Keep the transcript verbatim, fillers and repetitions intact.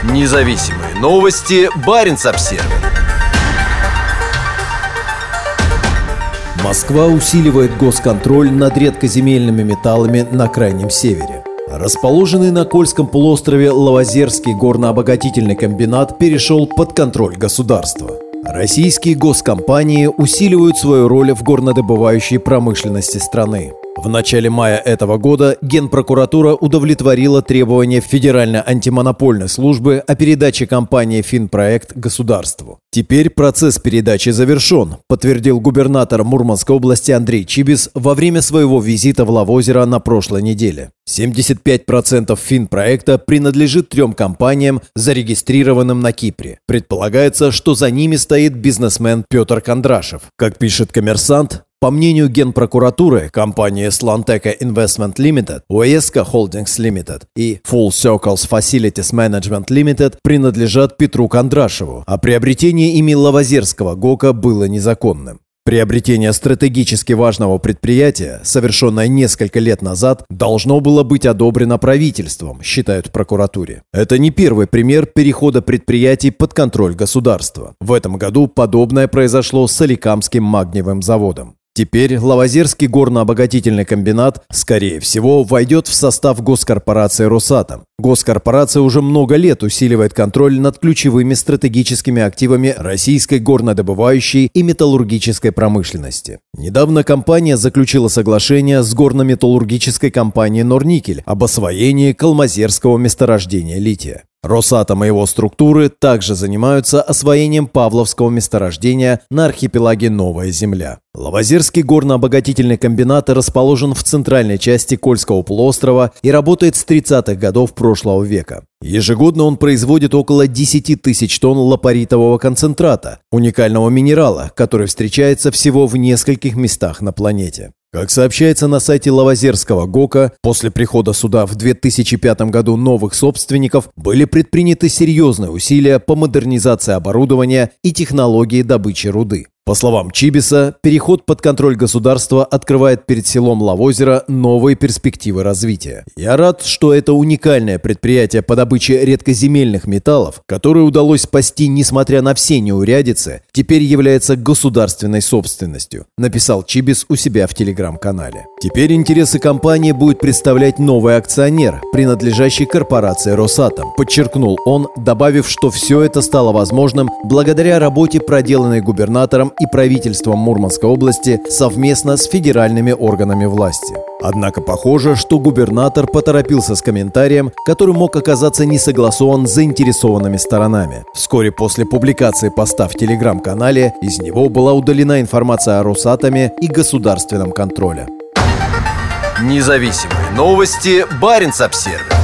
Независимые новости. Баренц-Обсервис. Москва усиливает госконтроль над редкоземельными металлами на Крайнем Севере. Расположенный на Кольском полуострове Лавозерский горнообогатительный комбинат перешел под контроль государства. Российские госкомпании усиливают свою роль в горнодобывающей промышленности страны. В начале мая этого года Генпрокуратура удовлетворила требования Федеральной антимонопольной службы о передаче компании «Финпроект» государству. Теперь процесс передачи завершен, подтвердил губернатор Мурманской области Андрей Чибис во время своего визита в Лавозеро на прошлой неделе. семьдесят пять процентов «Финпроекта» принадлежит трем компаниям, зарегистрированным на Кипре. Предполагается, что за ними стоит бизнесмен Петр Кондрашев. Как пишет «Коммерсант», по мнению Генпрокуратуры, компании Slanteka Investment Limited, Уэска Holdings Limited и Full Circles Facilities Management Limited принадлежат Петру Кондрашеву, а приобретение ими Лавозерского ГОКа было незаконным. Приобретение стратегически важного предприятия, совершенное несколько лет назад, должно было быть одобрено правительством, считают в прокуратуре. Это не первый пример перехода предприятий под контроль государства. В этом году подобное произошло с Соликамским магниевым заводом. Теперь Лавозерский горнообогатительный комбинат, скорее всего, войдет в состав госкорпорации «Росатом». Госкорпорация уже много лет усиливает контроль над ключевыми стратегическими активами российской горнодобывающей и металлургической промышленности. Недавно компания заключила соглашение с горно-металлургической компанией «Норникель» об освоении калмазерского месторождения лития. Росатом и его структуры также занимаются освоением Павловского месторождения на архипелаге Новая Земля. Лавозерский горнообогатительный комбинат расположен в центральной части Кольского полуострова и работает с тридцатых годов прошлого века. Ежегодно он производит около десять тысяч тонн лапаритового концентрата, уникального минерала, который встречается всего в нескольких местах на планете. Как сообщается на сайте Лавозерского ГОКа, после прихода сюда в две тысячи пятом году новых собственников были предприняты серьезные усилия по модернизации оборудования и технологии добычи руды. По словам Чибиса, переход под контроль государства открывает перед селом Лавозеро новые перспективы развития. «Я рад, что это уникальное предприятие по добыче редкоземельных металлов, которое удалось спасти несмотря на все неурядицы, теперь является государственной собственностью», написал Чибис у себя в телеграм-канале. Теперь интересы компании будет представлять новый акционер, принадлежащий корпорации «Росатом», подчеркнул он, добавив, что все это стало возможным благодаря работе, проделанной губернатором и правительством Мурманской области совместно с федеральными органами власти. Однако похоже, что губернатор поторопился с комментарием, который мог оказаться не согласован с заинтересованными сторонами. Вскоре после публикации поста в телеграм-канале из него была удалена информация о Росатоме и государственном контроле. Независимые новости. Баренц-Обсервис.